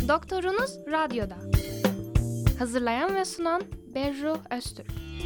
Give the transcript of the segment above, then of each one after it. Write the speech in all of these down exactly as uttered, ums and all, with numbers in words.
Doktorunuz Radyo'da. Hazırlayan ve sunan Berru Öztürk.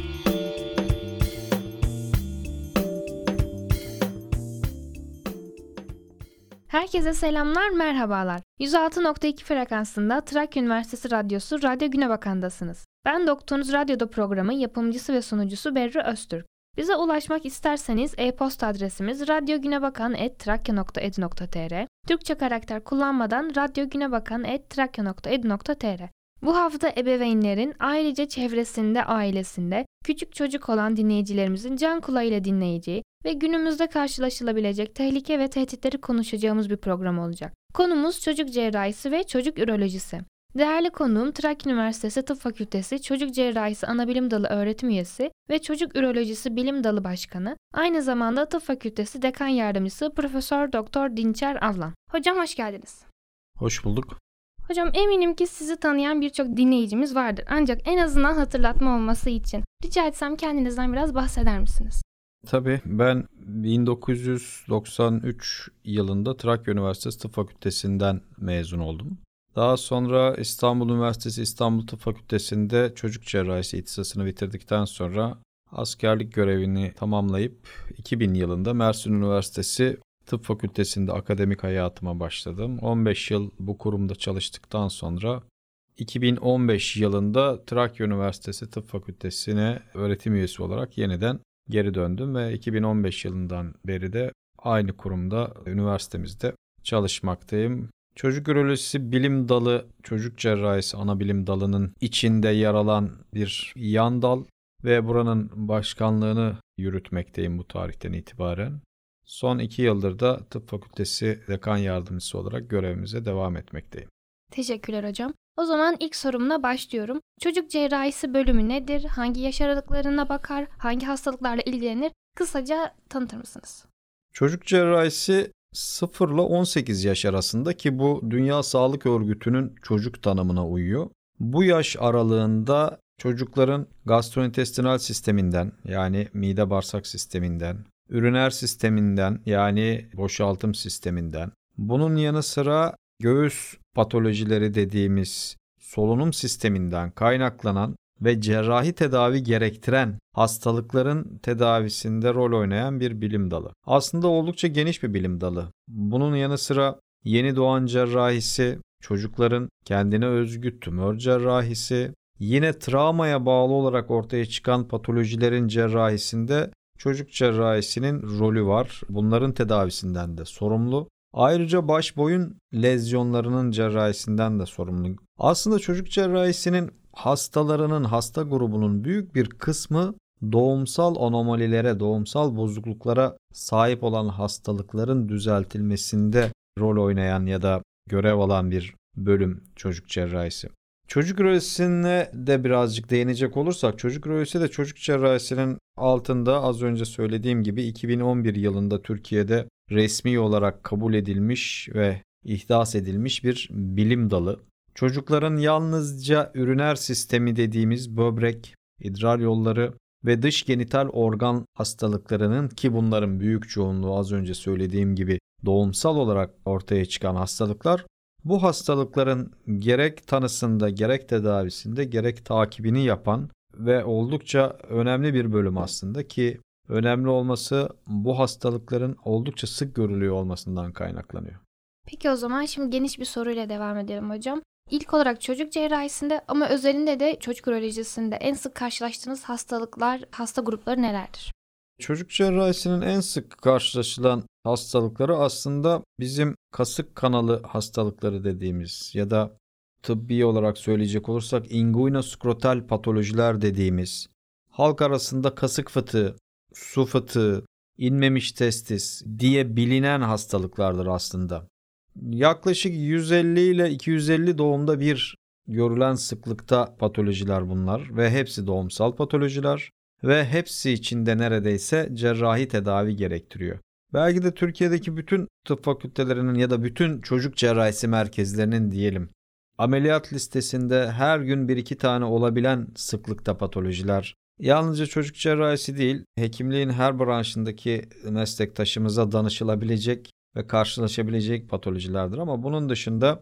Herkese selamlar, merhabalar. yüz altı nokta iki frekansında Trakya Üniversitesi Radyosu Radyo Günebakan'dasınız. Ben Doktorunuz Radyo'da programı yapımcısı ve sunucusu Berru Öztürk. Bize ulaşmak isterseniz e-posta adresimiz radyogünebakan at trakya nokta edu nokta tr, Türkçe karakter kullanmadan radyogünebakan at trakya nokta edu nokta tr. Bu hafta ebeveynlerin ayrıca çevresinde, ailesinde küçük çocuk olan dinleyicilerimizin can kulağıyla dinleyeceği ve günümüzde karşılaşılabilecek tehlike ve tehditleri konuşacağımız bir program olacak. Konumuz çocuk cerrahisi ve çocuk ürolojisi. Değerli konuğum Trakya Üniversitesi Tıp Fakültesi Çocuk Cerrahisi Anabilim Dalı Öğretim Üyesi ve Çocuk Ürolojisi Bilim Dalı Başkanı, aynı zamanda Tıp Fakültesi Dekan Yardımcısı Profesör Doktor Dinçer Avlan. Hocam hoş geldiniz. Hoş bulduk. Hocam eminim ki sizi tanıyan birçok dinleyicimiz vardır. Ancak en azından hatırlatma olması için rica etsem kendinizden biraz bahseder misiniz? Tabii ben bin dokuz yüz doksan üç yılında Trakya Üniversitesi Tıp Fakültesinden mezun oldum. Daha sonra İstanbul Üniversitesi İstanbul Tıp Fakültesi'nde çocuk cerrahisi ihtisasını bitirdikten sonra askerlik görevini tamamlayıp iki bin yılında Mersin Üniversitesi Tıp Fakültesi'nde akademik hayatıma başladım. on beş yıl bu kurumda çalıştıktan sonra iki bin on beş yılında Trakya Üniversitesi Tıp Fakültesi'ne öğretim üyesi olarak yeniden geri döndüm ve iki bin on beş yılından beri de aynı kurumda üniversitemizde çalışmaktayım. Çocuk ürolojisi bilim dalı, çocuk cerrahisi ana bilim dalının içinde yer alan bir yan dal ve buranın başkanlığını yürütmekteyim bu tarihten itibaren. Son iki yıldır da Tıp Fakültesi Dekan Yardımcısı olarak görevimize devam etmekteyim. Teşekkürler hocam. O zaman ilk sorumla başlıyorum. Çocuk cerrahisi bölümü nedir? Hangi yaş aralıklarına bakar? Hangi hastalıklarla ilgilenir? Kısaca tanıtır mısınız? Çocuk cerrahisi sıfır ile on sekiz yaş arasında ki bu Dünya Sağlık Örgütü'nün çocuk tanımına uyuyor. Bu yaş aralığında çocukların gastrointestinal sisteminden yani mide bağırsak sisteminden, üriner sisteminden yani boşaltım sisteminden, bunun yanı sıra göğüs patolojileri dediğimiz solunum sisteminden kaynaklanan ve cerrahi tedavi gerektiren hastalıkların tedavisinde rol oynayan bir bilim dalı. Aslında oldukça geniş bir bilim dalı. Bunun yanı sıra yeni doğan cerrahisi, çocukların kendine özgü tümör cerrahisi, yine travmaya bağlı olarak ortaya çıkan patolojilerin cerrahisinde çocuk cerrahisinin rolü var. Bunların tedavisinden de sorumlu. Ayrıca baş boyun lezyonlarının cerrahisinden de sorumlu. Aslında çocuk cerrahisinin hastalarının, hasta grubunun büyük bir kısmı doğumsal anomalilere, doğumsal bozukluklara sahip olan hastalıkların düzeltilmesinde rol oynayan ya da görev alan bir bölüm çocuk cerrahisi. Çocuk ürolojisine de birazcık değinecek olursak, çocuk ürolojisi de çocuk cerrahisinin altında az önce söylediğim gibi iki bin on bir yılında Türkiye'de resmi olarak kabul edilmiş ve ihdas edilmiş bir bilim dalı. Çocukların yalnızca üriner sistemi dediğimiz böbrek, idrar yolları ve dış genital organ hastalıklarının ki bunların büyük çoğunluğu az önce söylediğim gibi doğumsal olarak ortaya çıkan hastalıklar, bu hastalıkların gerek tanısında, gerek tedavisinde, gerek takibini yapan ve oldukça önemli bir bölüm aslında ki önemli olması bu hastalıkların oldukça sık görülüyor olmasından kaynaklanıyor. Peki o zaman şimdi geniş bir soruyla devam edelim hocam. İlk olarak çocuk cerrahisinde ama özelinde de çocuk ürolojisinde en sık karşılaştığınız hastalıklar, hasta grupları nelerdir? Çocuk cerrahisinin en sık karşılaşılan hastalıkları aslında bizim kasık kanalı hastalıkları dediğimiz ya da tıbbi olarak söyleyecek olursak inguinoskrotal patolojiler dediğimiz, halk arasında kasık fıtığı, su fıtığı, inmemiş testis diye bilinen hastalıklardır aslında. Yaklaşık yüz elli ile iki yüz elli doğumda bir görülen sıklıkta patolojiler bunlar ve hepsi doğumsal patolojiler ve hepsi içinde neredeyse cerrahi tedavi gerektiriyor. Belki de Türkiye'deki bütün tıp fakültelerinin ya da bütün çocuk cerrahisi merkezlerinin diyelim ameliyat listesinde her gün bir iki tane olabilen sıklıkta patolojiler. Yalnızca çocuk cerrahisi değil, hekimliğin her branşındaki meslektaşımıza danışılabilecek ve karşılaşabilecek patolojilerdir ama bunun dışında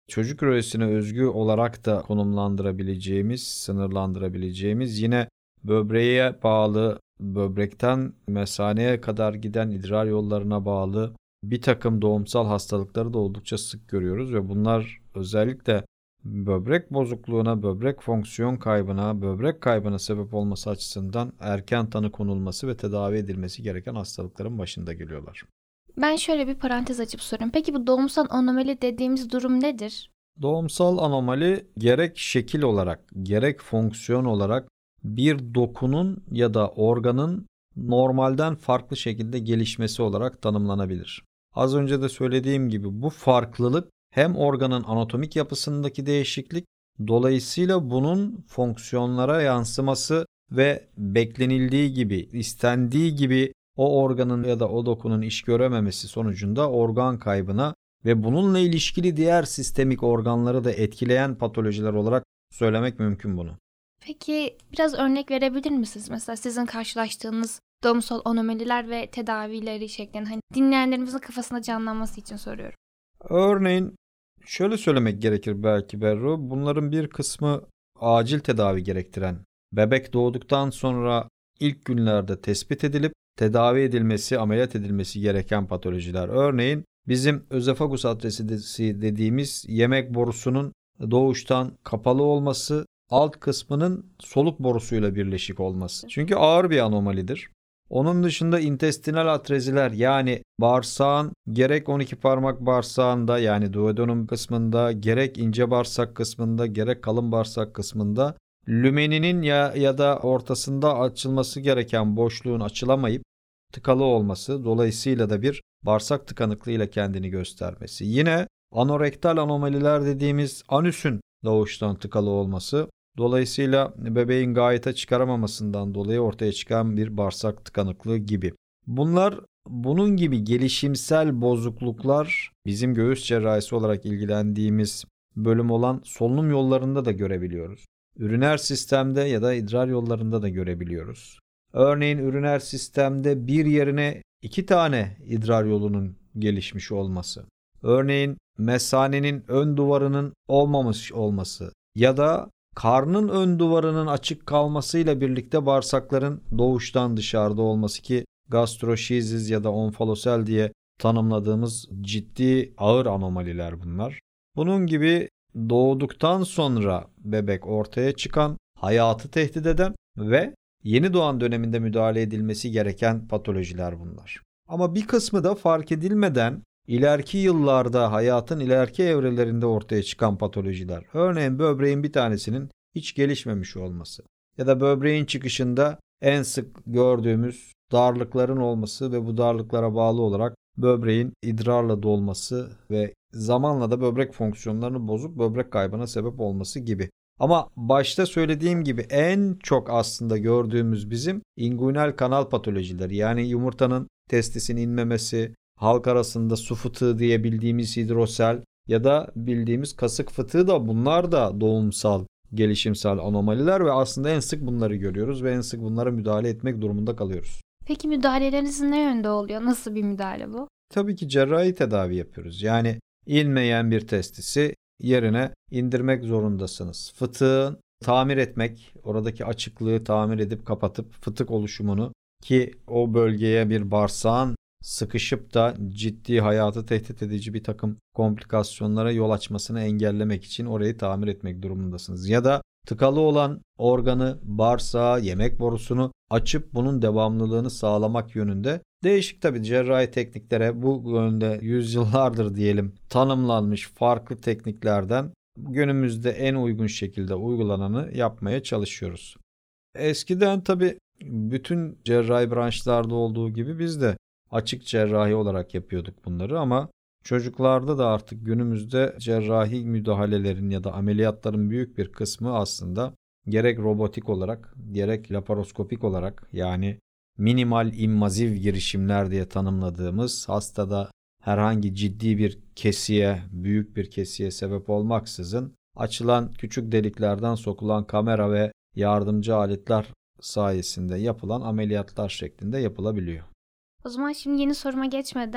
çocuk üresine özgü olarak da konumlandırabileceğimiz, sınırlandırabileceğimiz, yine böbreğe bağlı, böbrekten mesaneye kadar giden idrar yollarına bağlı bir takım doğumsal hastalıkları da oldukça sık görüyoruz ve bunlar özellikle böbrek bozukluğuna, böbrek fonksiyon kaybına, böbrek kaybına sebep olması açısından erken tanı konulması ve tedavi edilmesi gereken hastalıkların başında geliyorlar. Ben şöyle bir parantez açıp sorayım. Peki bu doğumsal anomali dediğimiz durum nedir? Doğumsal anomali gerek şekil olarak, gerek fonksiyon olarak bir dokunun ya da organın normalden farklı şekilde gelişmesi olarak tanımlanabilir. Az önce de söylediğim gibi bu farklılık hem organın anatomik yapısındaki değişiklik, dolayısıyla bunun fonksiyonlara yansıması ve beklenildiği gibi, istendiği gibi o organın ya da o dokunun iş görememesi sonucunda organ kaybına ve bununla ilişkili diğer sistemik organları da etkileyen patolojiler olarak söylemek mümkün bunu. Peki biraz örnek verebilir misiniz? Mesela sizin karşılaştığınız doğumsal anomaliler ve tedavileri şeklinde, hani dinleyenlerimizin kafasında canlanması için soruyorum. Örneğin şöyle söylemek gerekir belki Berru, bunların bir kısmı acil tedavi gerektiren, bebek doğduktan sonra ilk günlerde tespit edilip tedavi edilmesi, ameliyat edilmesi gereken patolojiler. Örneğin bizim özefagus atresi dediğimiz yemek borusunun doğuştan kapalı olması, alt kısmının soluk borusuyla birleşik olması. Çünkü ağır bir anomalidir. Onun dışında intestinal atreziler, yani bağırsağın gerek on iki parmak bağırsağında, yani duodenum kısmında, gerek ince bağırsak kısmında, gerek kalın bağırsak kısmında lümeninin ya ya da ortasında açılması gereken boşluğun açılamayıp tıkalı olması, dolayısıyla da bir bağırsak tıkanıklığıyla kendini göstermesi. Yine anorektal anomaliler dediğimiz anüsün doğuştan tıkalı olması, dolayısıyla bebeğin gayete çıkaramamasından dolayı ortaya çıkan bir bağırsak tıkanıklığı gibi. Bunlar, bunun gibi gelişimsel bozukluklar bizim göğüs cerrahisi olarak ilgilendiğimiz bölüm olan solunum yollarında da görebiliyoruz. Üriner sistemde ya da idrar yollarında da görebiliyoruz. Örneğin üriner sistemde bir yerine iki tane idrar yolunun gelişmiş olması. Örneğin mesanenin ön duvarının olmamış olması ya da karnın ön duvarının açık kalmasıyla birlikte bağırsakların doğuştan dışarıda olması, ki gastroşizis ya da onfalosel diye tanımladığımız ciddi ağır anomaliler bunlar. Bunun gibi doğduktan sonra bebek ortaya çıkan, hayatı tehdit eden ve yeni doğan döneminde müdahale edilmesi gereken patolojiler bunlar. Ama bir kısmı da fark edilmeden ileriki yıllarda, hayatın ileriki evrelerinde ortaya çıkan patolojiler. Örneğin böbreğin bir tanesinin hiç gelişmemiş olması ya da böbreğin çıkışında en sık gördüğümüz darlıkların olması ve bu darlıklara bağlı olarak böbreğin idrarla dolması ve zamanla da böbrek fonksiyonlarını bozup böbrek kaybına sebep olması gibi. Ama başta söylediğim gibi en çok aslında gördüğümüz bizim inguinal kanal patolojileri, yani yumurtanın testisin inmemesi, halk arasında su fıtığı diye bildiğimiz hidrosel ya da bildiğimiz kasık fıtığı da, bunlar da doğumsal, gelişimsel anomaliler ve aslında en sık bunları görüyoruz ve en sık bunlara müdahale etmek durumunda kalıyoruz. Peki müdahaleleriniz ne yönde oluyor? Nasıl bir müdahale bu? Tabii ki cerrahi tedavi yapıyoruz. Yani inmeyen bir testisi yerine indirmek zorundasınız. Fıtığı tamir etmek, oradaki açıklığı tamir edip kapatıp fıtık oluşumunu, ki o bölgeye bir bağırsağın sıkışıp da ciddi, hayatı tehdit edici bir takım komplikasyonlara yol açmasını engellemek için orayı tamir etmek durumundasınız. Ya da tıkalı olan organı, bağırsağı, yemek borusunu açıp bunun devamlılığını sağlamak yönünde değişik tabii cerrahi tekniklere, bu yönde yüzyıllardır diyelim tanımlanmış farklı tekniklerden günümüzde en uygun şekilde uygulananı yapmaya çalışıyoruz. Eskiden tabii bütün cerrahi branşlarda olduğu gibi biz de açık cerrahi olarak yapıyorduk bunları, ama çocuklarda da artık günümüzde cerrahi müdahalelerin ya da ameliyatların büyük bir kısmı aslında gerek robotik olarak gerek laparoskopik olarak, yani minimal invaziv girişimler diye tanımladığımız, hastada herhangi ciddi bir kesiye, büyük bir kesiye sebep olmaksızın açılan küçük deliklerden sokulan kamera ve yardımcı aletler sayesinde yapılan ameliyatlar şeklinde yapılabiliyor. O zaman şimdi yeni soruma geçmeden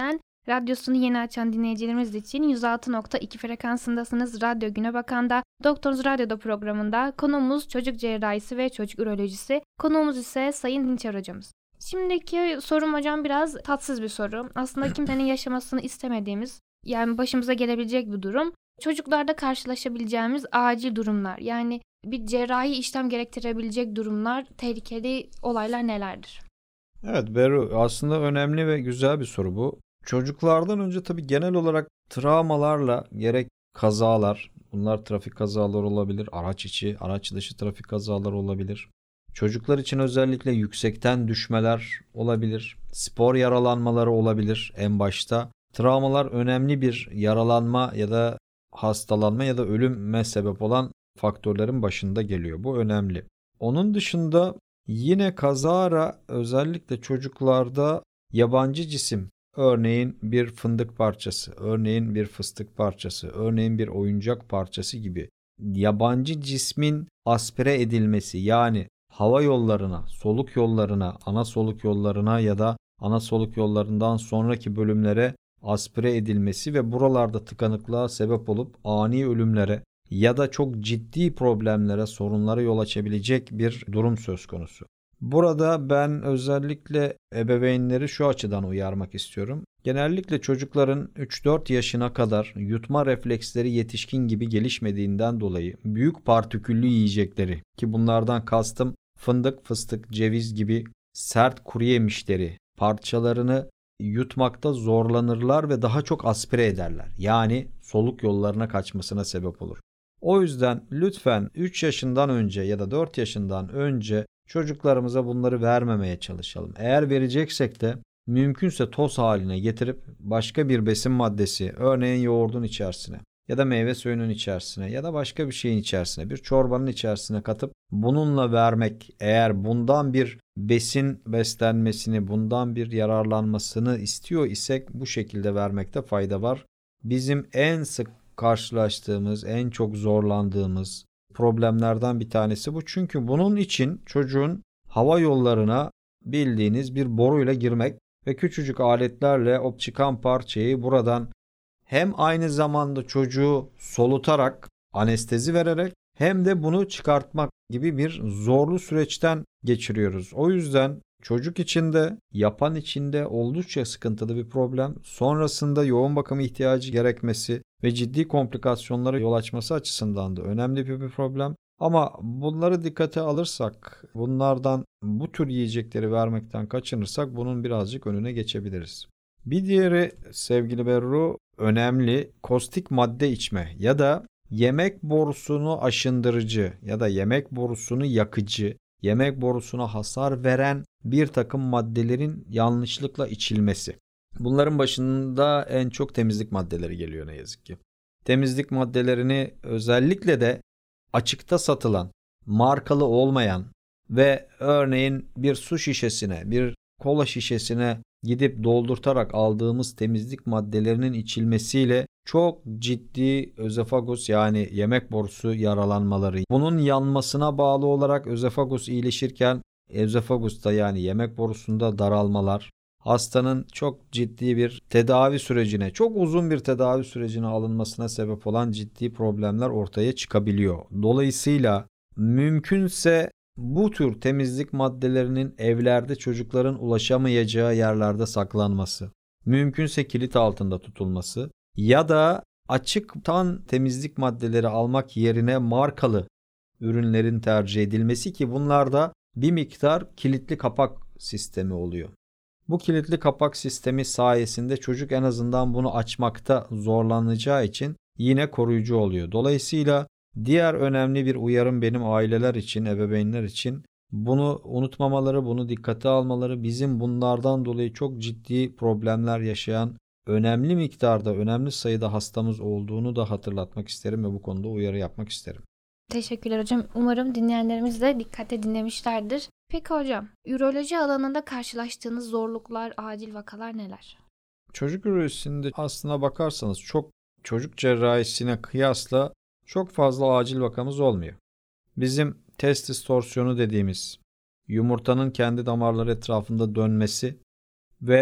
Radyosunu yeni açan dinleyicilerimiz için yüz altı nokta iki frekansındasınız. Radyo Günebakan'da Doktorunuz Radyo'da programında konuğumuz çocuk cerrahisi ve çocuk ürolojisi. Konuğumuz ise Sayın Dinçer hocamız. Şimdiki sorum hocam biraz tatsız bir soru. Aslında kimsenin yaşamasını istemediğimiz, yani başımıza gelebilecek bir durum. Çocuklarda karşılaşabileceğimiz acil durumlar. Yani bir cerrahi işlem gerektirebilecek durumlar, tehlikeli olaylar nelerdir? Evet Beru, aslında önemli ve güzel bir soru bu. Çocuklardan önce tabii genel olarak travmalarla gerek kazalar, bunlar trafik kazaları olabilir, araç içi, araç dışı trafik kazaları olabilir. Çocuklar için özellikle yüksekten düşmeler olabilir, spor yaralanmaları olabilir en başta. Travmalar önemli bir yaralanma ya da hastalanma ya da ölüme sebep olan faktörlerin başında geliyor. Bu önemli. Onun dışında yine kazara özellikle çocuklarda yabancı cisim, örneğin bir fındık parçası, örneğin bir fıstık parçası, örneğin bir oyuncak parçası gibi yabancı cismin aspire edilmesi, yani hava yollarına, soluk yollarına, ana soluk yollarına ya da ana soluk yollarından sonraki bölümlere aspire edilmesi ve buralarda tıkanıklığa sebep olup ani ölümlere ya da çok ciddi problemlere, sorunlara yol açabilecek bir durum söz konusu. Burada ben özellikle ebeveynleri şu açıdan uyarmak istiyorum. Genellikle çocukların üç dört yaşına kadar yutma refleksleri yetişkin gibi gelişmediğinden dolayı büyük partiküllü yiyecekleri, ki bunlardan kastım fındık, fıstık, ceviz gibi sert kuru yemişleri, parçalarını yutmakta zorlanırlar ve daha çok aspire ederler. Yani soluk yollarına kaçmasına sebep olur. O yüzden lütfen üç yaşından önce ya da dört yaşından önce çocuklarımıza bunları vermemeye çalışalım. Eğer vereceksek de mümkünse toz haline getirip başka bir besin maddesi, örneğin yoğurdun içerisine ya da meyve suyunun içerisine ya da başka bir şeyin içerisine, bir çorbanın içerisine katıp bununla vermek, eğer bundan bir besin beslenmesini, bundan bir yararlanmasını istiyor isek bu şekilde vermekte fayda var. Bizim en sık karşılaştığımız, en çok zorlandığımız problemlerden bir tanesi bu. Çünkü bunun için çocuğun hava yollarına bildiğiniz bir boruyla girmek ve küçücük aletlerle o çıkan parçayı buradan hem aynı zamanda çocuğu solutarak, anestezi vererek hem de bunu çıkartmak gibi bir zorlu süreçten geçiriyoruz. O yüzden çocuk için de yapan için de oldukça sıkıntılı bir problem. Sonrasında yoğun bakım ihtiyacı gerekmesi ve ciddi komplikasyonlara yol açması açısından da önemli bir problem. Ama bunları dikkate alırsak, bunlardan bu tür yiyecekleri vermekten kaçınırsak bunun birazcık önüne geçebiliriz. Bir diğeri sevgili Berru, önemli kostik madde içme ya da yemek borusunu aşındırıcı ya da yemek borusunu yakıcı, yemek borusuna hasar veren bir takım maddelerin yanlışlıkla içilmesi. Bunların başında en çok temizlik maddeleri geliyor ne yazık ki. Temizlik maddelerini özellikle de açıkta satılan, markalı olmayan ve örneğin bir su şişesine, bir kola şişesine gidip doldurtarak aldığımız temizlik maddelerinin içilmesiyle çok ciddi özefagus, yani yemek borusu yaralanmaları, bunun yanmasına bağlı olarak özefagus iyileşirken özefagusta yani yemek borusunda daralmalar, hastanın çok ciddi bir tedavi sürecine, çok uzun bir tedavi sürecine alınmasına sebep olan ciddi problemler ortaya çıkabiliyor. Dolayısıyla mümkünse bu tür temizlik maddelerinin evlerde çocukların ulaşamayacağı yerlerde saklanması, mümkünse kilit altında tutulması ya da açıktan temizlik maddeleri almak yerine markalı ürünlerin tercih edilmesi, ki bunlarda bir miktar kilitli kapak sistemi oluyor. Bu kilitli kapak sistemi sayesinde çocuk en azından bunu açmakta zorlanacağı için yine koruyucu oluyor. Dolayısıyla diğer önemli bir uyarım benim aileler için, ebeveynler için bunu unutmamaları, bunu dikkate almaları, bizim bunlardan dolayı çok ciddi problemler yaşayan önemli miktarda, önemli sayıda hastamız olduğunu da hatırlatmak isterim ve bu konuda uyarı yapmak isterim. Teşekkürler hocam. Umarım dinleyenlerimiz de dikkatle dinlemişlerdir. Peki hocam, üroloji alanında karşılaştığınız zorluklar, acil vakalar neler? Çocuk ürolojisinde aslına bakarsanız çok çocuk cerrahisine kıyasla çok fazla acil vakamız olmuyor. Bizim testis torsiyonu dediğimiz yumurtanın kendi damarları etrafında dönmesi ve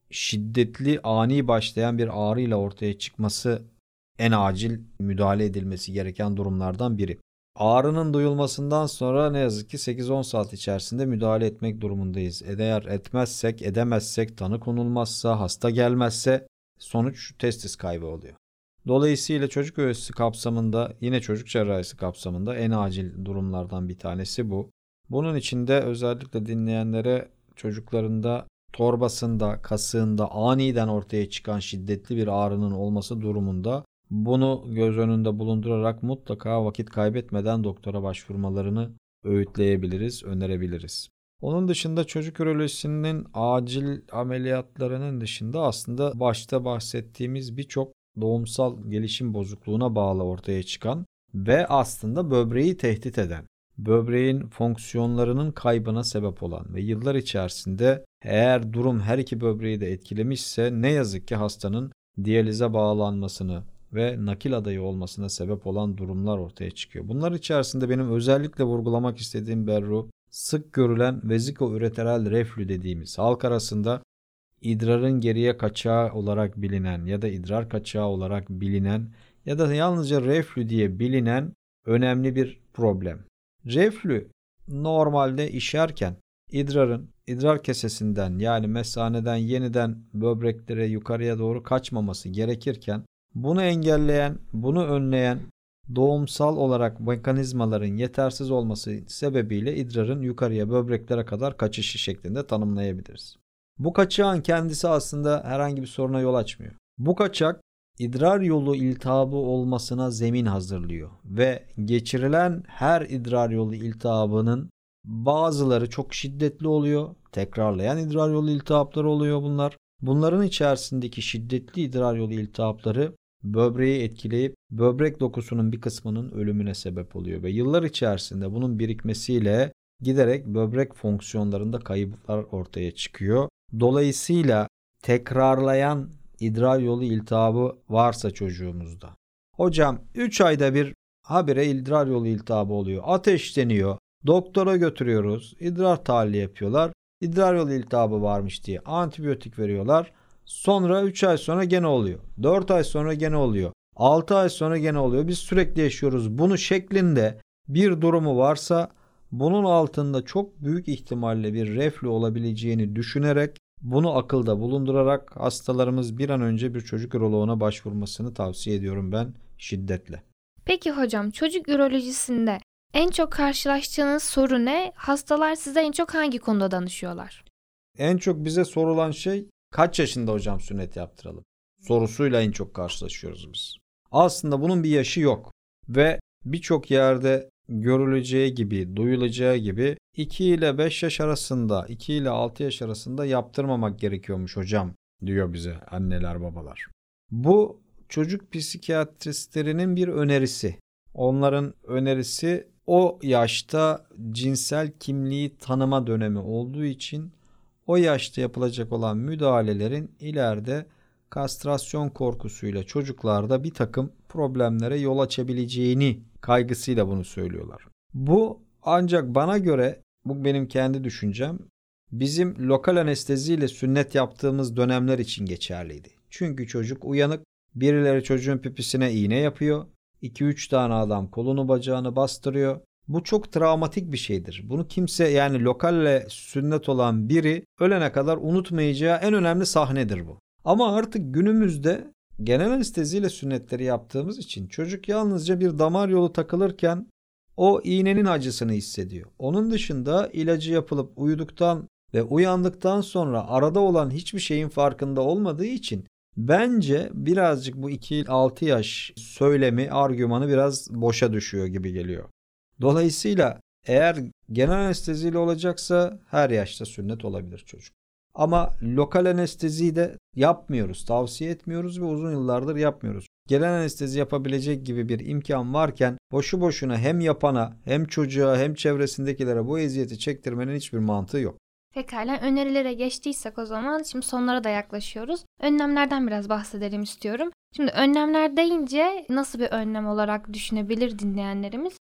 şiddetli, ani başlayan bir ağrıyla ortaya çıkması en acil müdahale edilmesi gereken durumlardan biri. Ağrının duyulmasından sonra ne yazık ki sekiz on saat içerisinde müdahale etmek durumundayız. Eğer etmezsek, edemezsek, tanı konulmazsa, hasta gelmezse sonuç testis kaybı oluyor. Dolayısıyla çocuk ürolojisi kapsamında, yine çocuk cerrahisi kapsamında en acil durumlardan bir tanesi bu. Bunun için de özellikle dinleyenlere çocuklarında torbasında, kasığında aniden ortaya çıkan şiddetli bir ağrının olması durumunda bunu göz önünde bulundurarak mutlaka vakit kaybetmeden doktora başvurmalarını öğütleyebiliriz, önerebiliriz. Onun dışında çocuk ürolojisinin acil ameliyatlarının dışında aslında başta bahsettiğimiz birçok doğumsal gelişim bozukluğuna bağlı ortaya çıkan ve aslında böbreği tehdit eden, böbreğin fonksiyonlarının kaybına sebep olan ve yıllar içerisinde eğer durum her iki böbreği de etkilemişse ne yazık ki hastanın diyalize bağlanmasını ve nakil adayı olmasına sebep olan durumlar ortaya çıkıyor. Bunlar içerisinde benim özellikle vurgulamak istediğim Berru, sık görülen veziko-üreteral reflü dediğimiz, halk arasında idrarın geriye kaçağı olarak bilinen ya da idrar kaçağı olarak bilinen ya da yalnızca reflü diye bilinen önemli bir problem. Reflü normalde işerken idrarın idrar kesesinden yani mesaneden yeniden böbreklere yukarıya doğru kaçmaması gerekirken bunu engelleyen, bunu önleyen doğumsal olarak mekanizmaların yetersiz olması sebebiyle idrarın yukarıya böbreklere kadar kaçışı şeklinde tanımlayabiliriz. Bu kaçağın kendisi aslında herhangi bir soruna yol açmıyor. Bu kaçak idrar yolu iltihabı olmasına zemin hazırlıyor ve geçirilen her idrar yolu iltihabının bazıları çok şiddetli oluyor. Tekrarlayan idrar yolu iltihapları oluyor bunlar. Bunların içerisindeki şiddetli idrar yolu iltihapları böbreği etkileyip böbrek dokusunun bir kısmının ölümüne sebep oluyor ve yıllar içerisinde bunun birikmesiyle giderek böbrek fonksiyonlarında kayıplar ortaya çıkıyor. Dolayısıyla tekrarlayan idrar yolu iltihabı varsa çocuğumuzda, hocam üç ayda bir habire idrar yolu iltihabı oluyor, ateşleniyor, doktora götürüyoruz, idrar tahlili yapıyorlar, idrar yolu iltihabı varmış diye antibiyotik veriyorlar. Sonra üç ay sonra gene oluyor. dört ay sonra gene oluyor. altı ay sonra gene oluyor. Biz sürekli yaşıyoruz bunu şeklinde bir durumu varsa bunun altında çok büyük ihtimalle bir reflü olabileceğini düşünerek bunu akılda bulundurarak hastalarımız bir an önce bir çocuk üroloğuna başvurmasını tavsiye ediyorum ben şiddetle. Peki hocam, çocuk ürolojisinde en çok karşılaştığınız soru ne? Hastalar size en çok hangi konuda danışıyorlar? En çok bize sorulan şey kaç yaşında hocam sünnet yaptıralım sorusuyla en çok karşılaşıyoruz biz. Aslında bunun bir yaşı yok ve birçok yerde görüleceği gibi, duyulacağı gibi iki ile beş yaş arasında, iki ile altı yaş arasında yaptırmamak gerekiyormuş hocam diyor bize anneler babalar. Bu çocuk psikiyatristlerinin bir önerisi. Onların önerisi o yaşta cinsel kimliği tanıma dönemi olduğu için o yaşta yapılacak olan müdahalelerin ileride kastrasyon korkusuyla çocuklarda bir takım problemlere yol açabileceğini kaygısıyla bunu söylüyorlar. Bu ancak bana göre, bu benim kendi düşüncem, bizim lokal anesteziyle sünnet yaptığımız dönemler için geçerliydi. Çünkü çocuk uyanık, birileri çocuğun pipisine iğne yapıyor, iki üç tane adam kolunu bacağını bastırıyor. Bu çok travmatik bir şeydir. Bunu kimse, yani lokalle sünnet olan biri ölene kadar unutmayacağı en önemli sahnedir bu. Ama artık günümüzde genel anesteziyle sünnetleri yaptığımız için çocuk yalnızca bir damar yolu takılırken o iğnenin acısını hissediyor. Onun dışında ilacı yapılıp uyuduktan ve uyandıktan sonra arada olan hiçbir şeyin farkında olmadığı için bence birazcık bu iki altı yaş söylemi, argümanı biraz boşa düşüyor gibi geliyor. Dolayısıyla eğer genel anesteziyle olacaksa her yaşta sünnet olabilir çocuk. Ama lokal anesteziyi de yapmıyoruz, tavsiye etmiyoruz ve uzun yıllardır yapmıyoruz. Genel anestezi yapabilecek gibi bir imkan varken boşu boşuna hem yapana hem çocuğa hem çevresindekilere bu eziyeti çektirmenin hiçbir mantığı yok. Pekala, önerilere geçtiysek o zaman şimdi sonlara da yaklaşıyoruz. Önlemlerden biraz bahsedelim istiyorum. Şimdi önlemler deyince nasıl bir önlem olarak düşünebilir dinleyenlerimiz?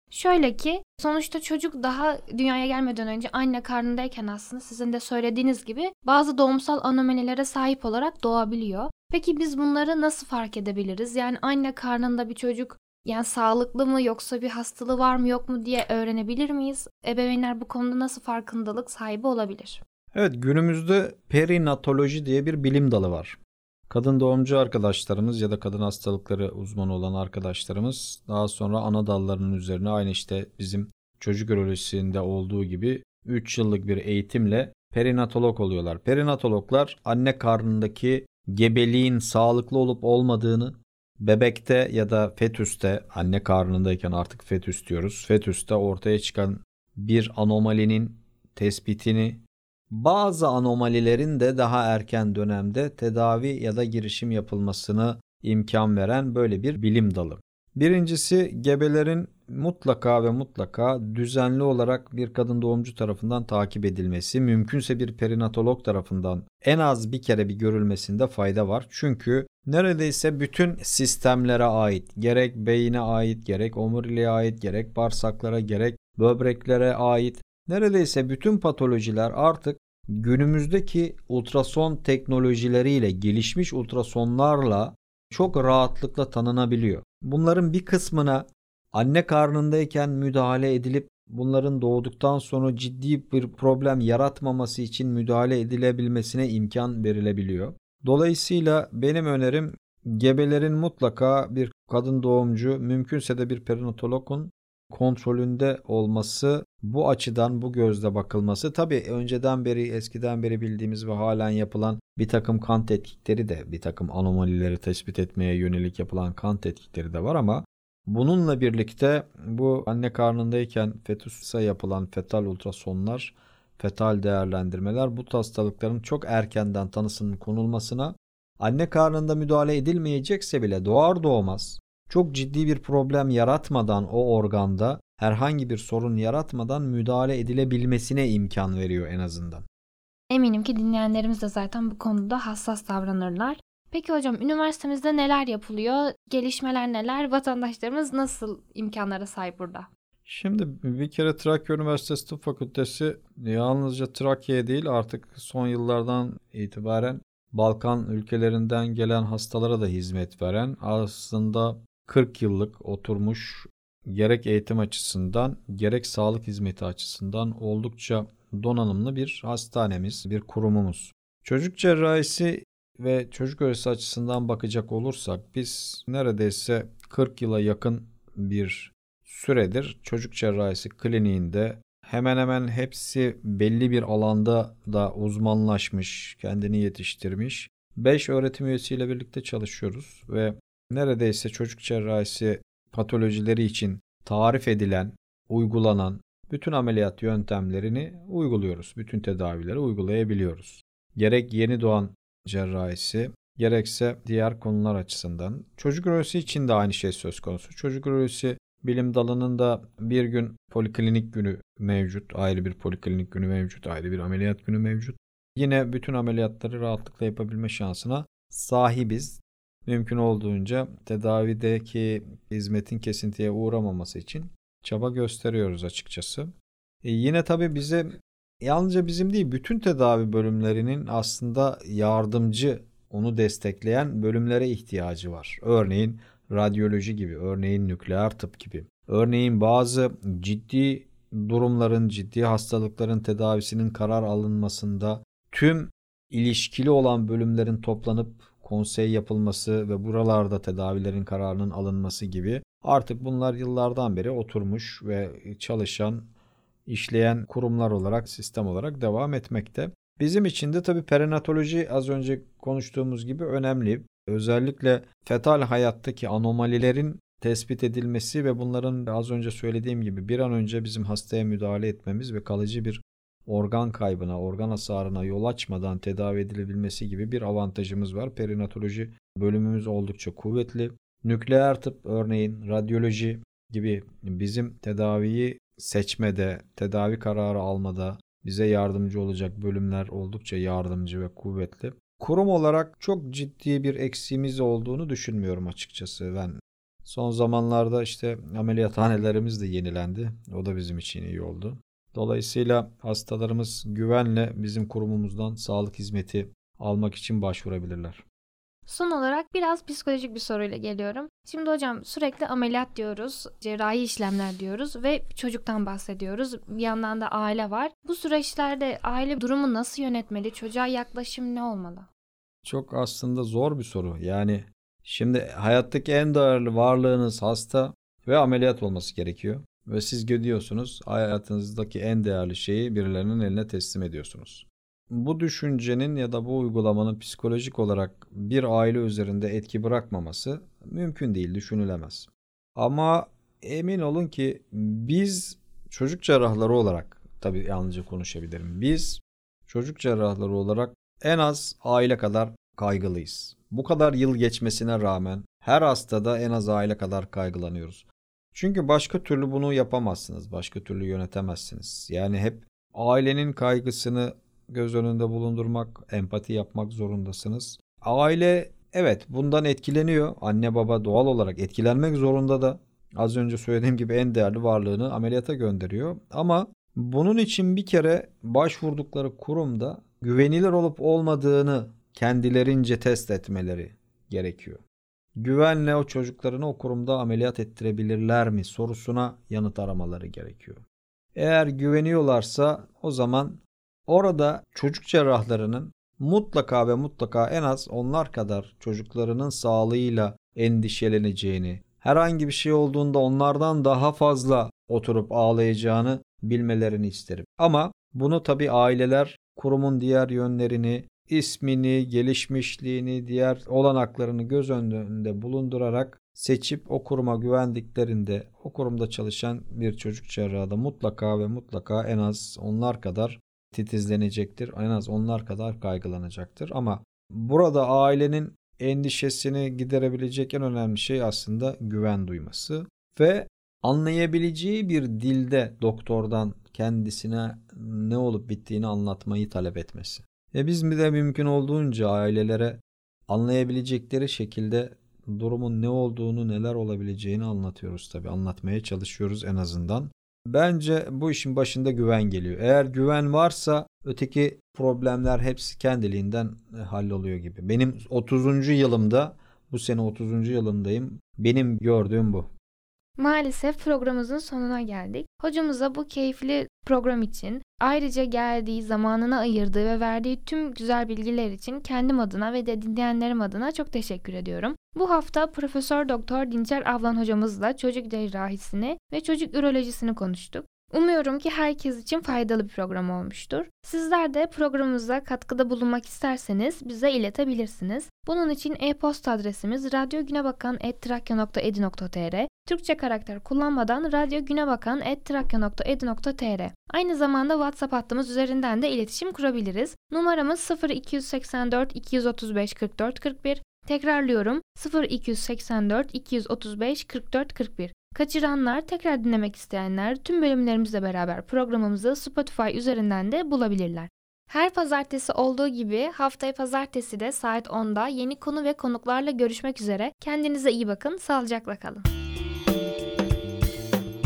Şöyle ki sonuçta çocuk daha dünyaya gelmeden önce anne karnındayken aslında sizin de söylediğiniz gibi bazı doğumsal anomalilere sahip olarak doğabiliyor. Peki biz bunları nasıl fark edebiliriz? Yani anne karnında bir çocuk yani sağlıklı mı yoksa bir hastalığı var mı yok mu diye öğrenebilir miyiz? Ebeveynler bu konuda nasıl farkındalık sahibi olabilir? Evet, günümüzde perinatoloji diye bir bilim dalı var. Kadın doğumcu arkadaşlarımız ya da kadın hastalıkları uzmanı olan arkadaşlarımız daha sonra ana dallarının üzerine aynı işte bizim çocuk ürolojisinde olduğu gibi üç yıllık bir eğitimle perinatolog oluyorlar. Perinatologlar anne karnındaki gebeliğin sağlıklı olup olmadığını, bebekte ya da fetüste, anne karnındayken artık fetüs diyoruz, fetüste ortaya çıkan bir anomalinin tespitini, bazı anomalilerin de daha erken dönemde tedavi ya da girişim yapılmasını imkan veren böyle bir bilim dalı. Birincisi, gebelerin mutlaka ve mutlaka düzenli olarak bir kadın doğumcu tarafından takip edilmesi, mümkünse bir perinatolog tarafından en az bir kere bir görülmesinde fayda var. Çünkü neredeyse bütün sistemlere ait, gerek beyine ait, gerek omuriliğe ait, gerek bağırsaklara, gerek böbreklere ait neredeyse bütün patolojiler artık günümüzdeki ultrason teknolojileriyle, gelişmiş ultrasonlarla çok rahatlıkla tanınabiliyor. Bunların bir kısmına anne karnındayken müdahale edilip bunların doğduktan sonra ciddi bir problem yaratmaması için müdahale edilebilmesine imkan verilebiliyor. Dolayısıyla benim önerim gebelerin mutlaka bir kadın doğumcu, mümkünse de bir perinatologun kontrolünde olması, bu açıdan bu gözle bakılması. Tabii önceden beri, eskiden beri bildiğimiz ve halen yapılan bir takım kan tetkikleri de, bir takım anomalileri tespit etmeye yönelik yapılan kan tetkikleri de var ama bununla birlikte bu anne karnındayken fetüse yapılan fetal ultrasonlar, fetal değerlendirmeler bu hastalıkların çok erkenden tanısının konulmasına, anne karnında müdahale edilmeyecekse bile doğar doğmaz çok ciddi bir problem yaratmadan o organda herhangi bir sorun yaratmadan müdahale edilebilmesine imkan veriyor en azından. Eminim ki dinleyenlerimiz de zaten bu konuda hassas davranırlar. Peki hocam, üniversitemizde neler yapılıyor? Gelişmeler neler? Vatandaşlarımız nasıl imkanlara sahip burada? Şimdi bir kere Trakya Üniversitesi Tıp Fakültesi yalnızca Trakya'ya değil artık son yıllardan itibaren Balkan ülkelerinden gelen hastalara da hizmet veren, aslında kırk yıllık oturmuş, gerek eğitim açısından gerek sağlık hizmeti açısından oldukça donanımlı bir hastanemiz, bir kurumumuz. Çocuk cerrahisi ve çocuk ürolojisi açısından bakacak olursak biz neredeyse kırk yıla yakın bir süredir çocuk cerrahisi kliniğinde hemen hemen hepsi belli bir alanda da uzmanlaşmış, kendini yetiştirmiş beş öğretim üyesiyle birlikte çalışıyoruz ve neredeyse çocuk cerrahisi patolojileri için tarif edilen, uygulanan bütün ameliyat yöntemlerini uyguluyoruz. Bütün tedavileri uygulayabiliyoruz. Gerek yeni doğan cerrahisi, gerekse diğer konular açısından. Çocuk ürolojisi için de aynı şey söz konusu. Çocuk ürolojisi bilim dalının da bir gün poliklinik günü mevcut, ayrı bir poliklinik günü mevcut, ayrı bir ameliyat günü mevcut. Yine bütün ameliyatları rahatlıkla yapabilme şansına sahibiz. Mümkün olduğunca tedavideki hizmetin kesintiye uğramaması için çaba gösteriyoruz açıkçası. E yine tabii bize, yalnızca bizim değil, bütün tedavi bölümlerinin aslında yardımcı, onu destekleyen bölümlere ihtiyacı var. Örneğin radyoloji gibi, örneğin nükleer tıp gibi, örneğin bazı ciddi durumların, ciddi hastalıkların tedavisinin karar alınmasında tüm ilişkili olan bölümlerin toplanıp konsey yapılması ve buralarda tedavilerin kararının alınması gibi, artık bunlar yıllardan beri oturmuş ve çalışan, işleyen kurumlar olarak, sistem olarak devam etmekte. Bizim için de tabii perinatoloji az önce konuştuğumuz gibi önemli. Özellikle fetal hayattaki anomalilerin tespit edilmesi ve bunların az önce söylediğim gibi bir an önce bizim hastaya müdahale etmemiz ve kalıcı bir organ kaybına, organ hasarına yol açmadan tedavi edilebilmesi gibi bir avantajımız var. Perinatoloji bölümümüz oldukça kuvvetli. Nükleer tıp, örneğin radyoloji gibi bizim tedaviyi seçmede, tedavi kararı almada bize yardımcı olacak bölümler oldukça yardımcı ve kuvvetli. Kurum olarak çok ciddi bir eksiğimiz olduğunu düşünmüyorum açıkçası. Ben Son zamanlarda işte ameliyathanelerimiz de yenilendi. O da bizim için iyi oldu. Dolayısıyla hastalarımız güvenle bizim kurumumuzdan sağlık hizmeti almak için başvurabilirler. Son olarak biraz psikolojik bir soruyla geliyorum. Şimdi hocam sürekli ameliyat diyoruz, cerrahi işlemler diyoruz ve çocuktan bahsediyoruz. Bir yandan da aile var. Bu süreçlerde aile durumu nasıl yönetmeli? Çocuğa yaklaşım ne olmalı? Çok aslında zor bir soru. Yani şimdi hayattaki en değerli varlığınız hasta ve ameliyat olması gerekiyor. Ve siz gidiyorsunuz, hayatınızdaki en değerli şeyi birilerinin eline teslim ediyorsunuz. Bu düşüncenin ya da bu uygulamanın psikolojik olarak bir aile üzerinde etki bırakmaması mümkün değil, düşünülemez. Ama emin olun ki biz çocuk cerrahları olarak, tabii yalnızca konuşabilirim, biz çocuk cerrahları olarak en az aile kadar kaygılıyız. Bu kadar yıl geçmesine rağmen her hastada en az aile kadar kaygılanıyoruz. Çünkü başka türlü bunu yapamazsınız, başka türlü yönetemezsiniz. Yani hep ailenin kaygısını göz önünde bulundurmak, empati yapmak zorundasınız. Aile evet bundan etkileniyor. Anne baba doğal olarak etkilenmek zorunda da. Az önce söylediğim gibi en değerli varlığını ameliyata gönderiyor. Ama bunun için bir kere başvurdukları kurumda güvenilir olup olmadığını kendilerince test etmeleri gerekiyor. Güvenle o çocuklarını o kurumda ameliyat ettirebilirler mi sorusuna yanıt aramaları gerekiyor. Eğer güveniyorlarsa o zaman orada çocuk cerrahlarının mutlaka ve mutlaka en az onlar kadar çocuklarının sağlığıyla endişeleneceğini, herhangi bir şey olduğunda onlardan daha fazla oturup ağlayacağını bilmelerini isterim. Ama bunu tabii aileler kurumun diğer yönlerini, ismini, gelişmişliğini, diğer olanaklarını göz önünde bulundurarak seçip o kuruma güvendiklerinde o kurumda çalışan bir çocuk cerrahı da mutlaka ve mutlaka en az onlar kadar titizlenecektir. En az onlar kadar kaygılanacaktır. Ama burada ailenin endişesini giderebilecek en önemli şey aslında güven duyması ve anlayabileceği bir dilde doktordan kendisine ne olup bittiğini anlatmayı talep etmesi. E biz mi de mümkün olduğunca ailelere anlayabilecekleri şekilde durumun ne olduğunu, neler olabileceğini anlatıyoruz tabii. Anlatmaya çalışıyoruz en azından. Bence bu işin başında güven geliyor. Eğer güven varsa öteki problemler hepsi kendiliğinden halloluyor gibi. Benim otuzuncu yılımda, bu sene otuzuncu yılımdayım. Benim gördüğüm bu. Maalesef programımızın sonuna geldik. Hocamıza bu keyifli program için, ayrıca geldiği, zamanını ayırdığı ve verdiği tüm güzel bilgiler için kendim adına ve de dinleyenlerim adına çok teşekkür ediyorum. Bu hafta Profesör Doktor Dinçer Avlan hocamızla çocuk cerrahisini ve çocuk ürolojisini konuştuk. Umuyorum ki herkes için faydalı bir program olmuştur. Sizler de programımıza katkıda bulunmak isterseniz bize iletebilirsiniz. Bunun için e-posta adresimiz radyogünebakan at trakya nokta edu nokta tr, Türkçe karakter kullanmadan radyogünebakan at trakya nokta edu nokta tr. Aynı zamanda WhatsApp hattımız üzerinden de iletişim kurabiliriz. Numaramız sıfır iki seksen dört iki otuz beş kırk dört kırk bir. Tekrarlıyorum, sıfır iki seksen dört iki otuz beş kırk dört kırk bir. Kaçıranlar, tekrar dinlemek isteyenler tüm bölümlerimizle beraber programımızı Spotify üzerinden de bulabilirler. Her pazartesi olduğu gibi haftaya pazartesi de saat onda yeni konu ve konuklarla görüşmek üzere. Kendinize iyi bakın, sağlıcakla kalın.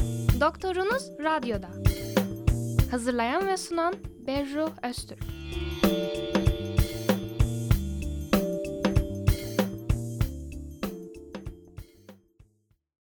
Doktorunuz Radyo'da. Hazırlayan ve sunan Berru Öztürk.